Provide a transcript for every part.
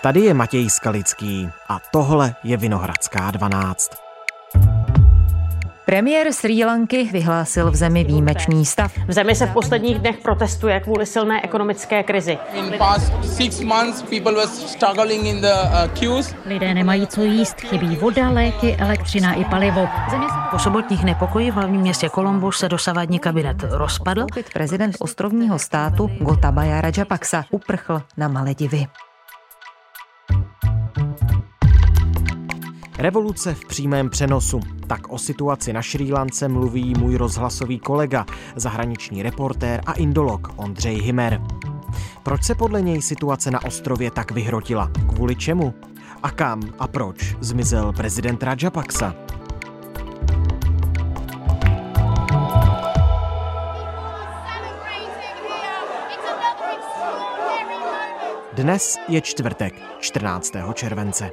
Tady je Matěj Skalický a tohle je Vinohradská 12. Premiér Srí Lanky vyhlásil v zemi výjimečný stav. V zemi se v posledních dnech protestuje kvůli silné ekonomické krizi. Lidé nemají co jíst, chybí voda, léky, elektřina i palivo. Po sobotních nepokojích v hlavním městě Colombo se dosavadní kabinet rozpadl. Prezident ostrovního státu Gotabaya Rajapaksa uprchl na Maledivy. Revoluce v přímém přenosu. Tak o situaci na Srí Lance mluví můj rozhlasový kolega, zahraniční reportér a indolog Ondřej Hymer. Proč se podle něj situace na ostrově tak vyhrotila? Kvůli čemu? A kam a proč zmizel prezident Rajapaksa? Dnes je čtvrtek, 14. července.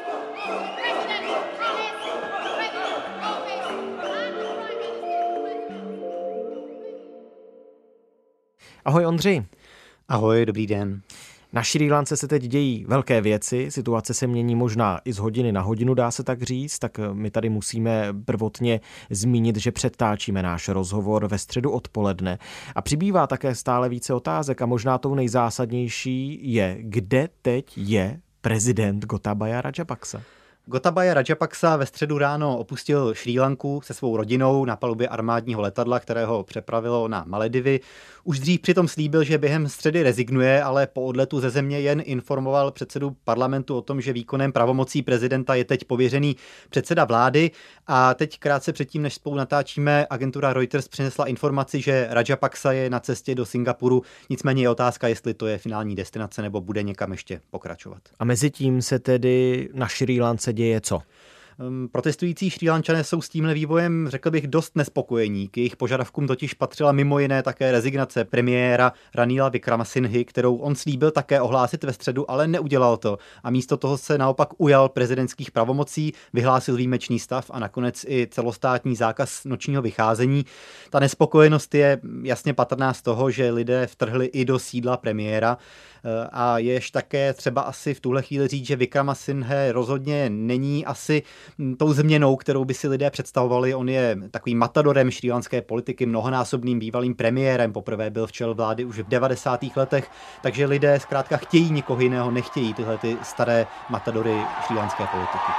Ahoj Ondři. Ahoj, dobrý den. Na Srí Lance se teď dějí velké věci, situace se mění možná i z hodiny na hodinu, dá se tak říct, tak my tady musíme prvotně zmínit, že předtáčíme náš rozhovor ve středu odpoledne a přibývá také stále více otázek a možná tou nejzásadnější je, kde teď je prezident Gotabaya Rajapaksa. Gotabaya Rajapaksa ve středu ráno opustil Srí Lanku se svou rodinou na palubě armádního letadla, které ho přepravilo na Maledivy. Už dřív přitom slíbil, že během středy rezignuje, ale po odletu ze země jen informoval předsedu parlamentu o tom, že výkonem pravomocí prezidenta je teď pověřený předseda vlády. A teď krátce předtím, než spolu natáčíme, agentura Reuters přinesla informaci, že Rajapaksa je na cestě do Singapuru. Nicméně je otázka, jestli to je finální destinace nebo bude někam ještě pokračovat. A mezi tím se tedy na Srí Lance děje co? Protestující Srí Lančané jsou s tímhle vývojem, řekl bych, dost nespokojení. K jejich požadavkům totiž patřila mimo jiné také rezignace premiéra Ranila Wickramasinghe, kterou on slíbil také ohlásit ve středu, ale neudělal to. A místo toho se naopak ujal prezidentských pravomocí, vyhlásil výjimečný stav a nakonec i celostátní zákaz nočního vycházení. Ta nespokojenost je jasně patrná z toho, že lidé vtrhli i do sídla premiéra. A jež také třeba asi v tuhle chvíli říct, že Wickramasinghe rozhodně není asi tou změnou, kterou by si lidé představovali. On je takovým matadorem šrílanské politiky, mnohonásobným bývalým premiérem, poprvé byl v čele vlády už v 90. letech, takže lidé zkrátka chtějí někoho jiného, nechtějí tyhle ty staré matadory šrílanské politiky.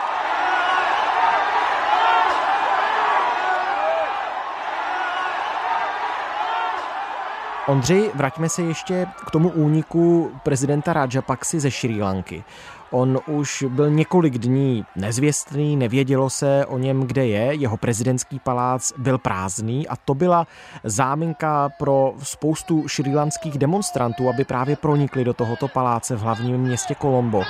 Ondřej, vraťme se ještě k tomu úniku prezidenta Rajapaksy ze Srí Lanky. On už byl několik dní nezvěstný, nevědělo se o něm, kde je, jeho prezidentský palác byl prázdný a to byla záminka pro spoustu šrílanských demonstrantů, aby právě pronikli do tohoto paláce v hlavním městě Colombo.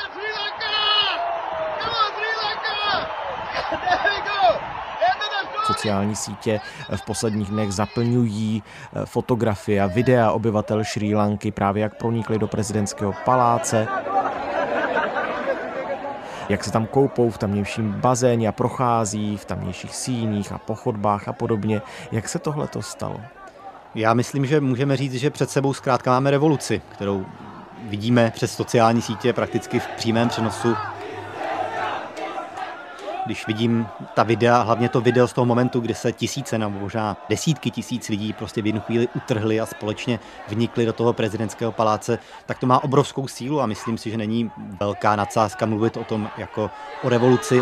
Sociální sítě v posledních dnech zaplňují fotografie a videa obyvatel Srí Lanky, právě jak pronikli do prezidentského paláce, jak se tam koupou v tamnějším bazéně a prochází v tamnějších síních a po chodbách a podobně. Jak se tohleto stalo? Já myslím, že můžeme říct, že před sebou zkrátka máme revoluci, kterou vidíme přes sociální sítě prakticky v přímém přenosu. Když vidím ta videa, hlavně to video z toho momentu, kdy se tisíce nebo možná desítky tisíc lidí prostě v jednu chvíli utrhli a společně vnikli do toho prezidentského paláce, tak to má obrovskou sílu a myslím si, že není velká nadsázka mluvit o tom jako o revoluci.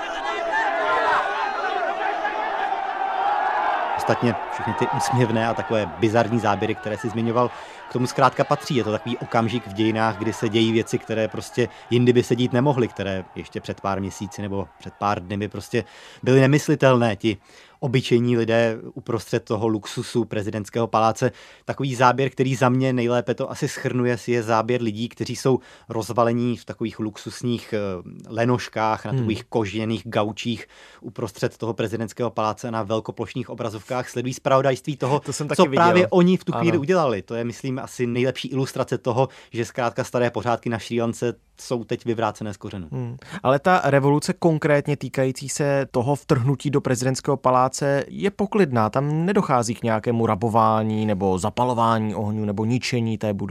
Ostatně všechny ty úsměvné a takové bizarní záběry, které si zmiňoval, k tomu zkrátka patří. Je to takový okamžik v dějinách, kdy se dějí věci, které prostě jindy by se dít nemohly, které ještě před pár měsíci nebo před pár dny by prostě byly nemyslitelné. Ti obyčejní lidé uprostřed toho luxusu prezidentského paláce. Takový záběr, který za mě nejlépe to asi shrnuje, je záběr lidí, kteří jsou rozvalení v takových luxusních lenoškách, na takových kožených gaučích uprostřed toho prezidentského paláce na velkoplošných obrazovkách. Sledují zpravodajství toho, co právě oni v tu chvíli udělali. To je, myslím, asi nejlepší ilustrace toho, že zkrátka staré pořádky na Srí Lance jsou teď vyvrácené z kořenů. Ale ta revoluce konkrétně týkající se toho vtrhnutí do prezidentského paláce je poklidná. Tam nedochází k nějakému rabování nebo zapalování ohňů nebo ničení té budovy.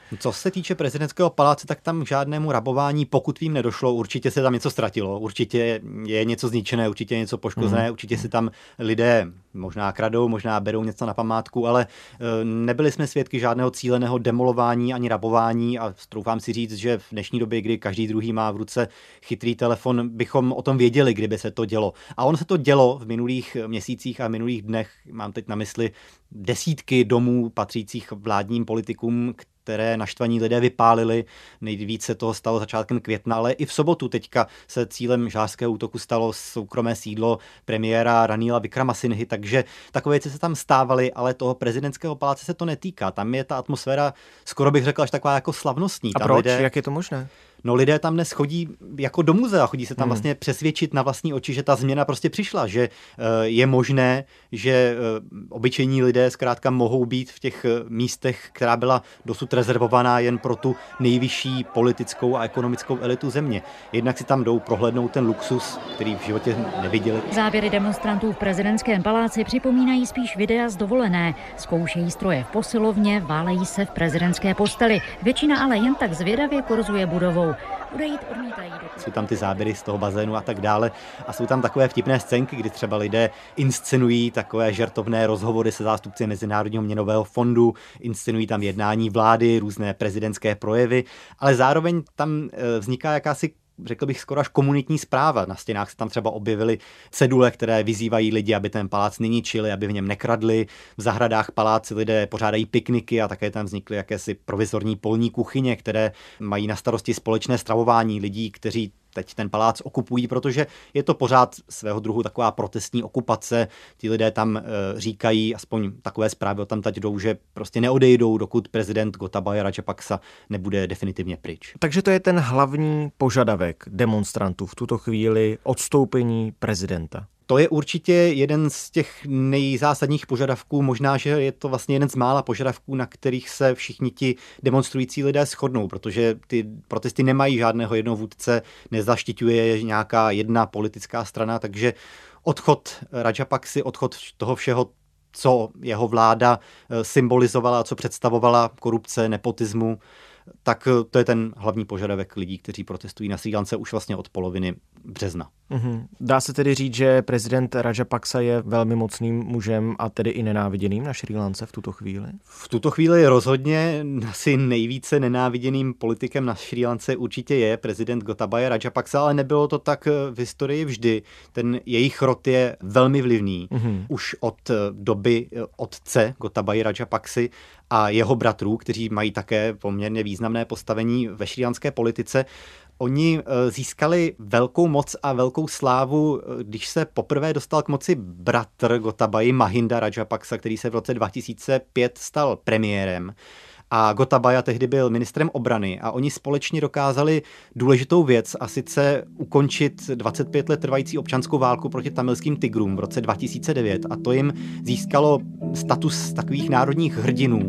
Co se týče prezidentského paláce, tak tam k žádnému rabování, pokud vím, nedošlo. Určitě se tam něco ztratilo, určitě je něco zničené, určitě je něco poškozené, určitě si tam lidé možná kradou, možná berou něco na památku, ale nebyli jsme svědky žádného cíleného demolování ani rabování a troufám si říct, že v dnešní době, kdy každý druhý má v ruce chytrý telefon, bychom o tom věděli, kdyby se to dělo. A ono se to dělo v minulých měsících a minulých dnech, mám teď na mysli desítky domů patřících vládním politikům, které naštvaní lidé vypálili. Nejvíce toho stalo začátkem května, ale i v sobotu teďka se cílem žhářského útoku stalo soukromé sídlo premiéra Ranila Vikramasinghy, takže takové věci se tam stávaly, ale toho prezidentského paláce se to netýká. Tam je ta atmosféra, skoro bych řekl, až taková jako slavnostní. A tam proč? Lidé... Jak je to možné? No lidé tam dnes chodí jako do muzea, chodí se tam vlastně přesvědčit na vlastní oči, že ta změna prostě přišla, že je možné, že obyčejní lidé zkrátka mohou být v těch místech, která byla dosud rezervovaná jen pro tu nejvyšší politickou a ekonomickou elitu země. Jednak si tam jdou prohlédnout ten luxus, který v životě neviděli. Záběry demonstrantů v prezidentském paláci připomínají spíš videa z dovolené. Zkoušejí stroje v posilovně, válejí se v prezidentské posteli. Většina ale jen tak zvědavě korzuje budovou. Odejít odmítají. Jsou tam ty záběry z toho bazénu a tak dále. A jsou tam takové vtipné scénky, kdy třeba lidé inscenují takové žertovné rozhovory se zástupci Mezinárodního měnového fondu, inscenují tam jednání vlády, různé prezidentské projevy, ale zároveň tam vzniká jakási, řekl bych, skoro až komunitní správa. Na stěnách se tam třeba objevily cedule, které vyzývají lidi, aby ten palác neničili, aby v něm nekradli. V zahradách paláci lidé pořádají pikniky a také tam vznikly jakési provizorní polní kuchyně, které mají na starosti společné stravování lidí, kteří teď ten palác okupují, protože je to pořád svého druhu taková protestní okupace. Ti lidé tam říkají, aspoň takové zprávy o tam teď jdou, že prostě neodejdou, dokud prezident Gotabaya Rajapaksa nebude definitivně pryč. Takže to je ten hlavní požadavek demonstrantů v tuto chvíli, odstoupení prezidenta. To je určitě jeden z těch nejzásadních požadavků, možná, že je to vlastně jeden z mála požadavků, na kterých se všichni ti demonstrující lidé shodnou, protože ty protesty nemají žádného jednoho vůdce, nezaštiťuje nějaká jedna politická strana, takže odchod Rajapaksy, odchod toho všeho, co jeho vláda symbolizovala, co představovala, korupce, nepotismu, tak to je ten hlavní požadavek lidí, kteří protestují na Srí Lance už vlastně od poloviny března. Dá se tedy říct, že prezident Rajapaksa je velmi mocným mužem a tedy i nenáviděným na Srí Lance v tuto chvíli? V tuto chvíli rozhodně asi nejvíce nenáviděným politikem na Srí Lance určitě je prezident Gotabaya Rajapaksa, ale nebylo to tak v historii vždy. Ten jejich rod je velmi vlivný. Už od doby otce Gotabaya Rajapaksy a jeho bratrů, kteří mají také poměrně významné postavení ve šrílanské politice. Oni získali velkou moc a velkou slávu, když se poprvé dostal k moci bratr Gotabaya Mahinda Rajapaksa, který se v roce 2005 stal premiérem. A Gotabaya tehdy byl ministrem obrany a oni společně dokázali důležitou věc, a sice ukončit 25 let trvající občanskou válku proti tamilským tigrům v roce 2009 a to jim získalo status takových národních hrdinů.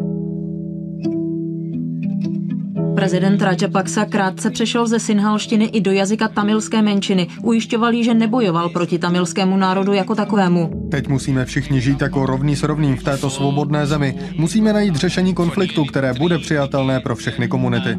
Prezident Rajapaksa krátce přešel ze sinhalštiny i do jazyka tamilské menšiny. Ujišťoval jí, že nebojoval proti tamilskému národu jako takovému. Teď musíme všichni žít jako rovný s rovným v této svobodné zemi. Musíme najít řešení konfliktu, které bude přijatelné pro všechny komunity.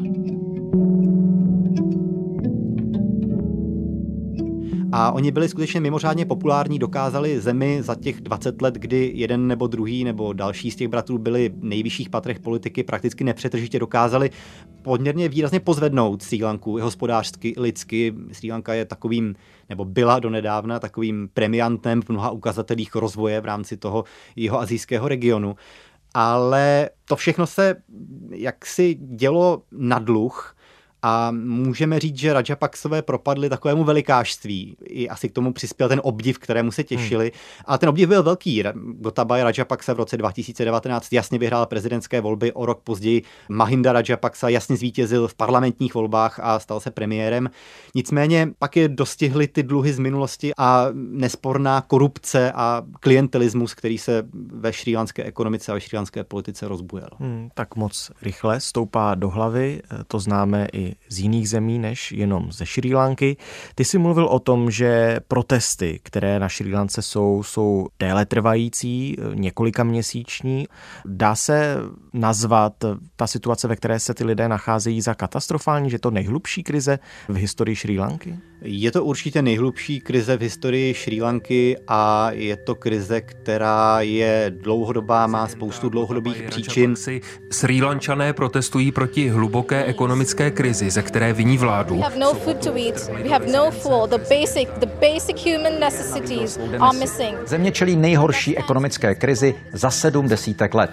A oni byli skutečně mimořádně populární, dokázali zemi za těch 20 let, kdy jeden nebo druhý nebo další z těch bratrů byli v nejvyšších patrech politiky, prakticky nepřetržitě dokázali poměrně výrazně pozvednout Srí Lanku hospodářsky, lidsky. Srí Lanka je takovým, nebo byla donedávna takovým premiantem v mnoha ukazatelích rozvoje v rámci toho jihoasijského regionu. Ale to všechno se jaksi dělo na dluh. A můžeme říct, že Rajapaksové propadli takovému velikášství. I asi k tomu přispěl ten obdiv, kterému se těšili. A ten obdiv byl velký. Gotabaya Rajapaksa v roce 2019 jasně vyhrál prezidentské volby, o rok později Mahinda Rajapaksa jasně zvítězil v parlamentních volbách a stal se premiérem. Nicméně pak je dostihly ty dluhy z minulosti a nesporná korupce a klientelismus, který se ve šrílanské ekonomice a ve šrílanské politice rozbujel. Tak moc rychle stoupá do hlavy, to známe i i z jiných zemí než jenom ze Srí Lanky. Ty jsi mluvil o tom, že protesty, které na Srí Lance jsou déle trvající, několika měsíční. Dá se nazvat ta situace, ve které se ty lidé nacházejí, za katastrofální, že to nejhlubší krize v historii Srí Lanky? Je to určitě nejhlubší krize v historii Srí Lanky a je to krize, která je dlouhodobá, má spoustu dlouhodobých příčin. Srí Lančané protestují proti hluboké ekonomické krizi, ze které viní vládu. Země čelí nejhorší ekonomické krizi za 7 desítek let.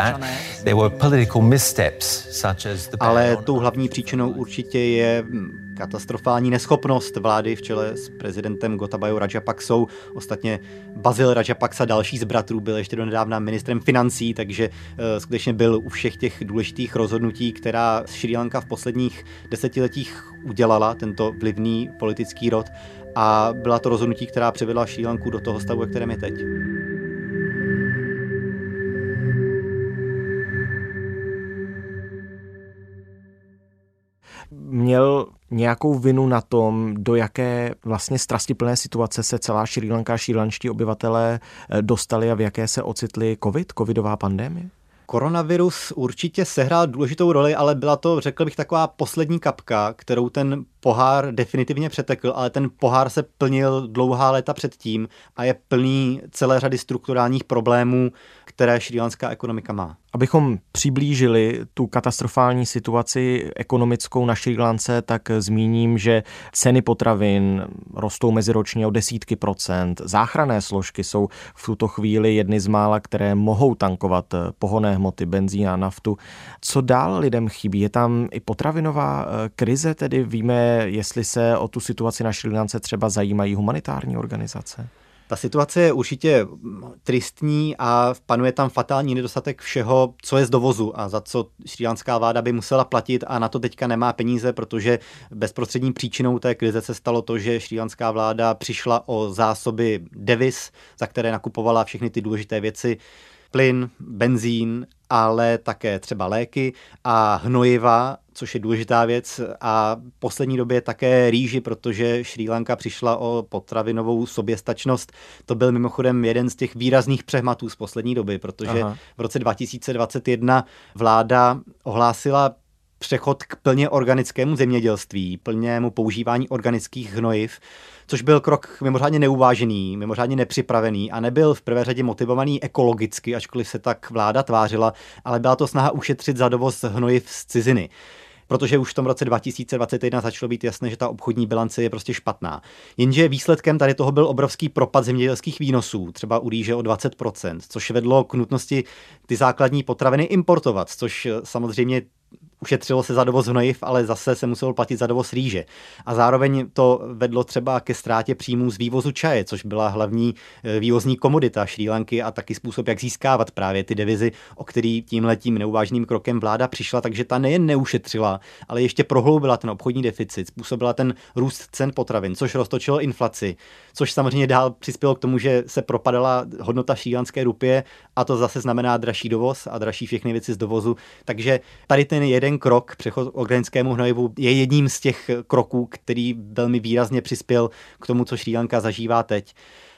Ale tou hlavní příčinou určitě je katastrofální neschopnost vlády v čele s prezidentem Gotabajou Rajapaksou. Ostatně Basil Rajapaksa, další z bratrů, byl ještě donedávna ministrem financí, takže skutečně byl u všech těch důležitých rozhodnutí, která Srí Lanka v posledních desetiletích udělala, tento vlivný politický rod, a byla to rozhodnutí, která přivedla Srí Lanku do toho stavu, ve kterém je teď. Měl nějakou vinu na tom, do jaké vlastně strastiplné situace se celá Srí Lanka a šrílanští obyvatelé dostali a v jaké se ocitli covidová pandemie? Koronavirus určitě sehrál důležitou roli, ale byla to, řekl bych, taková poslední kapka, kterou ten pohár definitivně přetekl, ale ten pohár se plnil dlouhá léta předtím a je plný celé řady strukturálních problémů, které šrílanská ekonomika má. Abychom přiblížili tu katastrofální situaci ekonomickou na Srí Lance, tak zmíním, že ceny potravin rostou meziročně o desítky procent. Záchranné složky jsou v tuto chvíli jedny z mála, které mohou tankovat pohonné hmoty, benzín a naftu. Co dál lidem chybí? Je tam i potravinová krize, tedy víme, jestli se o tu situaci na Srí Lance třeba zajímají humanitární organizace? Ta situace je určitě tristní a panuje tam fatální nedostatek všeho, co je z dovozu a za co šrílanská vláda by musela platit, a na to teďka nemá peníze, protože bezprostřední příčinou té krize se stalo to, že šrílanská vláda přišla o zásoby deviz, za které nakupovala všechny ty důležité věci, plyn, benzín, ale také třeba léky a hnojiva, což je důležitá věc, a v poslední době také rýži, protože Srí Lanka přišla o potravinovou soběstačnost. To byl mimochodem jeden z těch výrazných přehmatů z poslední doby, protože v roce 2021 vláda ohlásila přechod k plně organickému zemědělství, plnému používání organických hnojiv, což byl krok mimořádně neuvážený, mimořádně nepřipravený a nebyl v prvé řadě motivovaný ekologicky, ačkoliv se tak vláda tvářila, ale byla to snaha ušetřit za dovoz hnojiv z ciziny. Protože už v tom roce 2021 začalo být jasné, že ta obchodní bilance je prostě špatná. Jenže výsledkem tady toho byl obrovský propad zemědělských výnosů, třeba u rýže o 20%, což vedlo k nutnosti ty základní potraviny importovat, což samozřejmě ušetřilo se za dovoz hnojiv, ale zase se muselo platit za dovoz rýže. A zároveň to vedlo třeba ke ztrátě příjmů z vývozu čaje, což byla hlavní vývozní komodita Srí Lanky a taky způsob, jak získávat právě ty devizy, o který tímhletím neuvážným krokem vláda přišla, takže ta nejen neušetřila, ale ještě prohloubila ten obchodní deficit, způsobila ten růst cen potravin, což roztočilo inflaci, což samozřejmě dál přispělo k tomu, že se propadala hodnota šrílanské rupie a to zase znamená dražší dovoz a dražší všechny věci z dovozu. Takže tady ten jeden krok, přechod k organickému hnojivu, je jedním z těch kroků, který velmi výrazně přispěl k tomu, co Srí Lanka zažívá teď.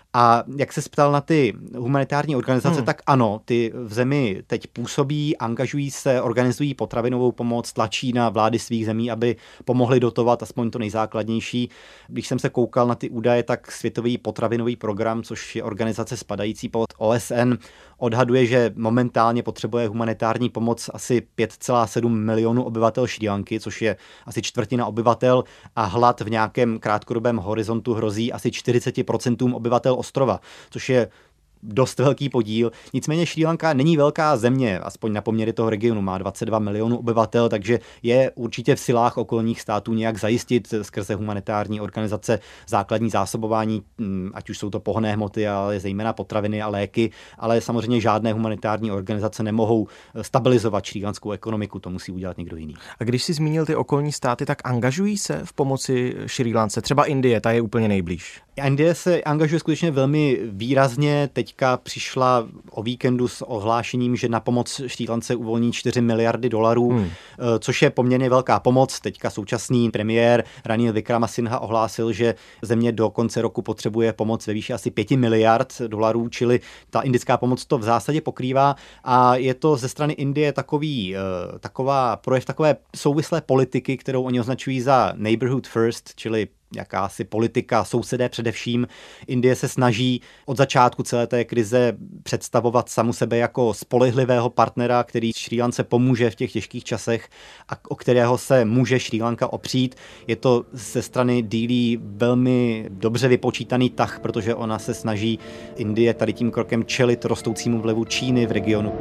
A jak se ptal na ty humanitární organizace, tak ano, ty v zemi teď působí, angažují se, organizují potravinovou pomoc, tlačí na vlády svých zemí, aby pomohli dotovat aspoň to nejzákladnější. Když jsem se koukal na ty údaje, tak Světový potravinový program, což je organizace spadající pod OSN, odhaduje, že momentálně potřebuje humanitární pomoc asi 5,7 milionů obyvatel Srí Lanky, což je asi čtvrtina obyvatel, a hlad v nějakém krátkodobém horizontu hrozí asi 40% obyvatel ostrova, což je dost velký podíl. Nicméně Srí Lanka není velká země, aspoň na poměry toho regionu, má 22 milionů obyvatel, takže je určitě v silách okolních států nějak zajistit skrze humanitární organizace základní zásobování, ať už jsou to pohonné hmoty, ale zejména potraviny a léky, ale samozřejmě žádné humanitární organizace nemohou stabilizovat šrílanskou ekonomiku, to musí udělat někdo jiný. A když jsi zmínil ty okolní státy, tak angažují se v pomoci Srí Lance? Třeba Indie, ta je úplně nejblíž. Indie se angažuje skutečně velmi výrazně. Teďka přišla o víkendu s ohlášením, že na pomoc Srí Lance uvolní $4 miliardy, což je poměrně velká pomoc. Teďka současný premiér Ranil Wickramasinha ohlásil, že země do konce roku potřebuje pomoc ve výši asi $5 miliard, čili ta indická pomoc to v zásadě pokrývá a je to ze strany Indie taková projev takové souvislé politiky, kterou oni označují za neighborhood first, čili jakási politika sousedé především. Indie se snaží od začátku celé té krize představovat samu sebe jako spolehlivého partnera, který Srí Lance pomůže v těch těžkých časech a o kterého se může Srí Lanka opřít. Je to ze strany Dili velmi dobře vypočítaný tah, protože ona se snaží Indie tady tím krokem čelit rostoucímu vlivu Číny v regionu.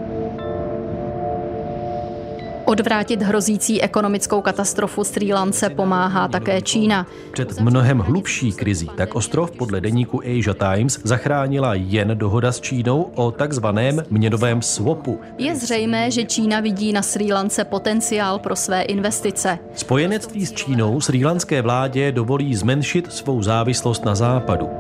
Odvrátit hrozící ekonomickou katastrofu Srí Lance pomáhá také Čína. Před mnohem hlubší krizí tak ostrov podle deníku Asia Times zachránila jen dohoda s Čínou o takzvaném měnovém swapu. Je zřejmé, že Čína vidí na Srí Lance potenciál pro své investice. Spojenectví s Čínou srílanské vládě dovolí zmenšit svou závislost na západu.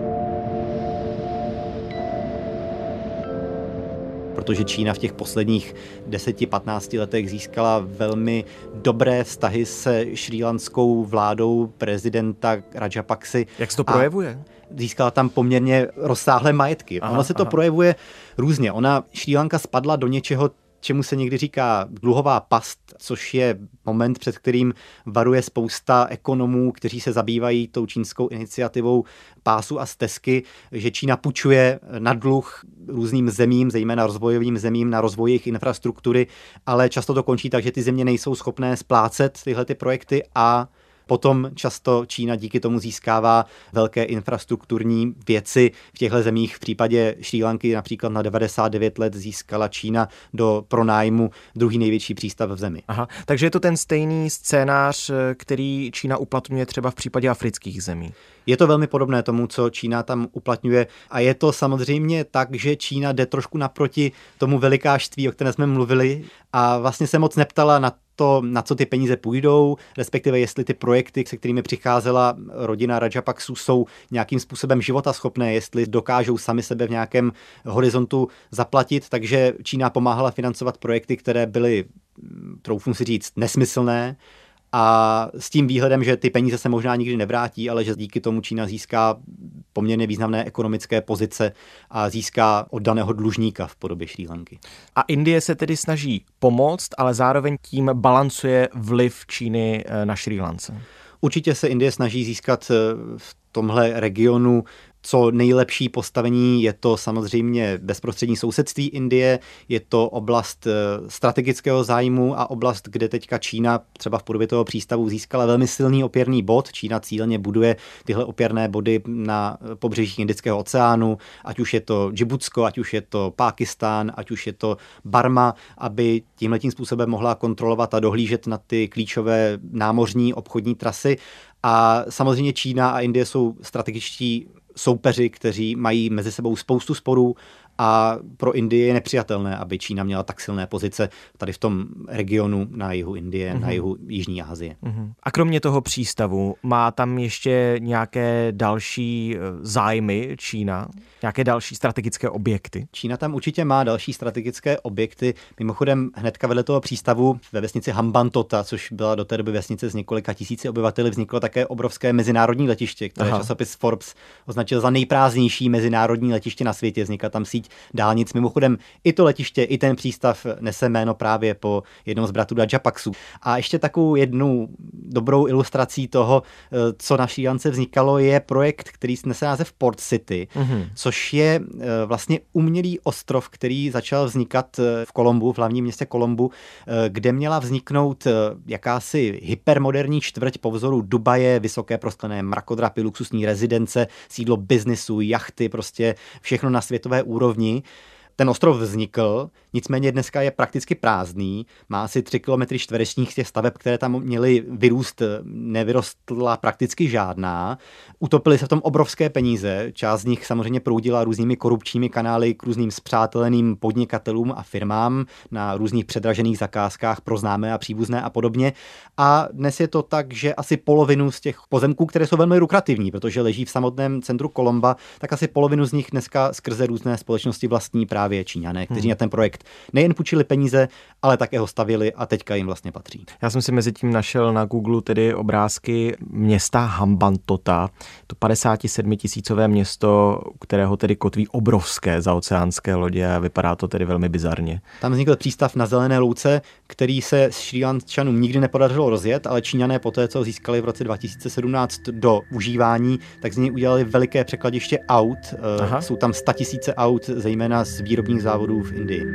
Protože Čína v těch posledních 10-15 letech získala velmi dobré vztahy se šrílanskou vládou prezidenta Rajapaksy. Jak se to projevuje? Získala tam poměrně rozsáhlé majetky. Ono se to projevuje různě. Srí Lanka spadla do něčeho, čemu se někdy říká dluhová past, což je moment, před kterým varuje spousta ekonomů, kteří se zabývají tou čínskou iniciativou pásu a stezky, že Čína půjčuje na dluh různým zemím, zejména rozvojovým zemím, na rozvoj jejich infrastruktury, ale často to končí tak, že ty země nejsou schopné splácet tyhle ty projekty a potom často Čína díky tomu získává velké infrastrukturní věci v těchto zemích. V případě Srí Lanky například na 99 let získala Čína do pronájmu druhý největší přístav v zemi. Aha, takže je to ten stejný scénář, který Čína uplatňuje třeba v případě afrických zemí. Je to velmi podobné tomu, co Čína tam uplatňuje a je to samozřejmě tak, že Čína jde trošku naproti tomu velikářství, o kterém jsme mluvili a vlastně se moc neptala na to, na co ty peníze půjdou, respektive jestli ty projekty, se kterými přicházela rodina Rajapaksu, jsou nějakým způsobem životaschopné, jestli dokážou sami sebe v nějakém horizontu zaplatit, takže Čína pomáhala financovat projekty, které byly, troufnu si říct, nesmyslné, a s tím výhledem, že ty peníze se možná nikdy nevrátí, ale že díky tomu Čína získá poměrně významné ekonomické pozice a získá oddaného dlužníka v podobě Srí Lanky. A Indie se tedy snaží pomoct, ale zároveň tím balancuje vliv Číny na Srí Lance. Určitě se Indie snaží získat v tomhle regionu co nejlepší postavení. Je to samozřejmě bezprostřední sousedství Indie, je to oblast strategického zájmu a oblast, kde teďka Čína třeba v podobě toho přístavu získala velmi silný opěrný bod. Čína cíleně buduje tyhle opěrné body na pobřeží Indického oceánu, ať už je to Džibutsko, ať už je to Pákistán, ať už je to Barma, aby tímhletím způsobem mohla kontrolovat a dohlížet na ty klíčové námořní obchodní trasy. A samozřejmě Čína a Indie jsou strategičtí soupeři, kteří mají mezi sebou spoustu sporů a pro Indii je nepřijatelné, aby Čína měla tak silné pozice tady v tom regionu na jihu Indie, na jihu Jižní Asie. A kromě toho přístavu má tam ještě nějaké další zájmy Čína? Nějaké další strategické objekty? Čína tam určitě má další strategické objekty. Mimochodem hnedka vedle toho přístavu ve vesnici Hambantota, což byla do té doby vesnice s několika tisíci obyvateli, vzniklo také obrovské mezinárodní letiště, které časopis Forbes označil za nejprázdnější mezinárodní letiště na světě. Vznikla tam síť dálnic. Mimochodem i to letiště, i ten přístav nese jméno právě po jednom z bratrů Rajapaksu. A ještě takovou jednu dobrou ilustrací toho, co na Srí Lance vznikalo, je projekt, který nese název Port City, což je vlastně umělý ostrov, který začal vznikat v Kolombu, v hlavním městě Kolombu, kde měla vzniknout jakási hypermoderní čtvrť po vzoru Dubaje, vysoké prosklené mrakodrapy, luxusní rezidence, sídlo biznisu, jachty, prostě všechno na světové úrovni. Ten ostrov vznikl, nicméně dneska je prakticky prázdný, má asi 3 km čtverečních těch staveb, které tam měly vyrůst, nevyrostla prakticky žádná. Utopily se v tom obrovské peníze, část z nich samozřejmě proudila různými korupčními kanály k různým spřáteleným podnikatelům a firmám na různých předražených zakázkách pro známé a příbuzné a podobně. A dnes je to tak, že asi polovinu z těch pozemků, které jsou velmi lukrativní, protože leží v samotném centru Colomba, tak asi polovinu z nich dneska skrze různé společnosti vlastní právě Číňané, kteří na ten projekt nejen půjčili peníze, ale také ho stavěli a teďka jim vlastně patří. Já jsem si mezi tím našel na Google tedy obrázky města Hambantota, to 57 tisícové město, kterého tedy kotví obrovské zaoceánské lodě a vypadá to tedy velmi bizarně. Tam vznikl přístav na zelené louce, který se Šrílančanům nikdy nepodařilo rozjet, ale Číňané poté, co získali v roce 2017 do užívání, tak z něj udělali veliké překladiště aut. Aha. Jsou tam 100 000 aut, zejména z výrobních závodů v Indii.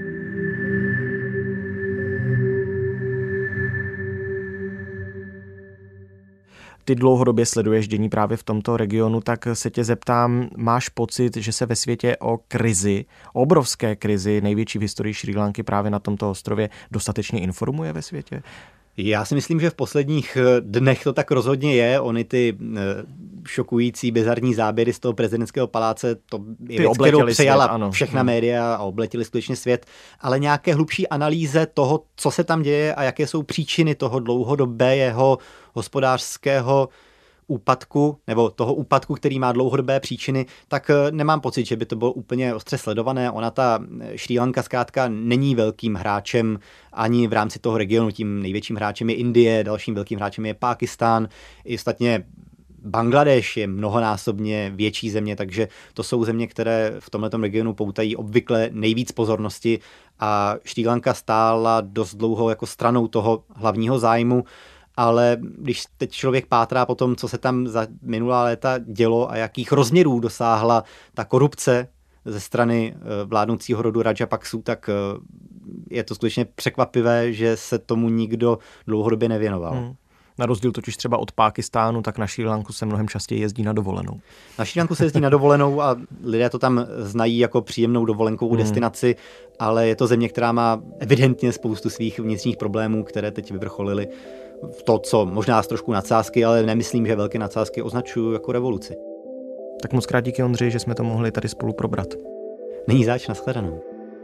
Ty dlouhodobě sleduješ dění právě v tomto regionu, tak se tě zeptám, máš pocit, že se ve světě o krizi, obrovské krizi, největší v historii Srí Lanky právě na tomto ostrově dostatečně informuje ve světě? Já si myslím, že v posledních dnech to tak rozhodně je. Ony ty šokující, bizarní záběry z toho prezidentského paláce, to je věc, kterou přejala všechna média a obletili skutečně svět, ale nějaké hlubší analýze toho, co se tam děje a jaké jsou příčiny toho dlouhodobého hospodářského úpadku, nebo toho úpadku, který má dlouhodobé příčiny, tak nemám pocit, že by to bylo úplně ostře sledované. Ona ta Srí Lanka zkrátka není velkým hráčem ani v rámci toho regionu. Tím největším hráčem je Indie, dalším velkým hráčem je Pákistán. I ostatně Bangladeš je mnohonásobně větší země, takže to jsou země, které v tomhletom regionu poutají obvykle nejvíc pozornosti a Srí Lanka stála dost dlouho jako stranou toho hlavního zájmu. Ale když teď člověk pátrá po tom, co se tam za minulá léta dělo a jakých rozměrů dosáhla ta korupce ze strany vládnoucího rodu Rajapaksu, tak je to skutečně překvapivé, že se tomu nikdo dlouhodobě nevěnoval. Na rozdíl totiž třeba od Pákistánu, tak na Srí Lanku se mnohem častěji jezdí na dovolenou. Na Srí Lanku se jezdí na dovolenou a lidé to tam znají jako příjemnou dovolenkovou destinaci, ale je to země, která má evidentně spoustu svých vnitřních problémů, které teď vyvrcholily v to, co možná trošku nadsázky, ale nemyslím, že velké nadsázky označuju jako revoluci. Tak moc krát díky, Ondřej, že jsme to mohli tady spolu probrat. Není zač, nashledanou.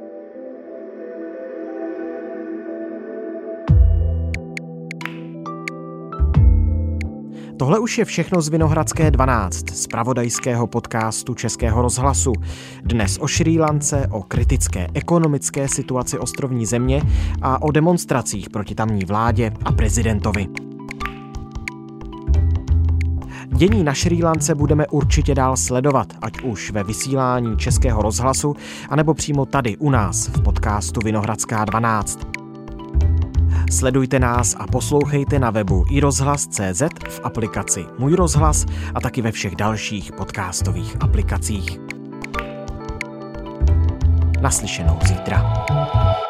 Tohle už je všechno z Vinohradské 12, z zpravodajského podcastu Českého rozhlasu. Dnes o Srí Lance, o kritické ekonomické situaci ostrovní země a o demonstracích proti tamní vládě a prezidentovi. Dění na Srí Lance budeme určitě dál sledovat, ať už ve vysílání Českého rozhlasu, anebo přímo tady u nás v podcastu Vinohradská 12. Sledujte nás a poslouchejte na webu iRozhlas.cz, v aplikaci Můj rozhlas a taky ve všech dalších podcastových aplikacích. Naslyšenou zítra.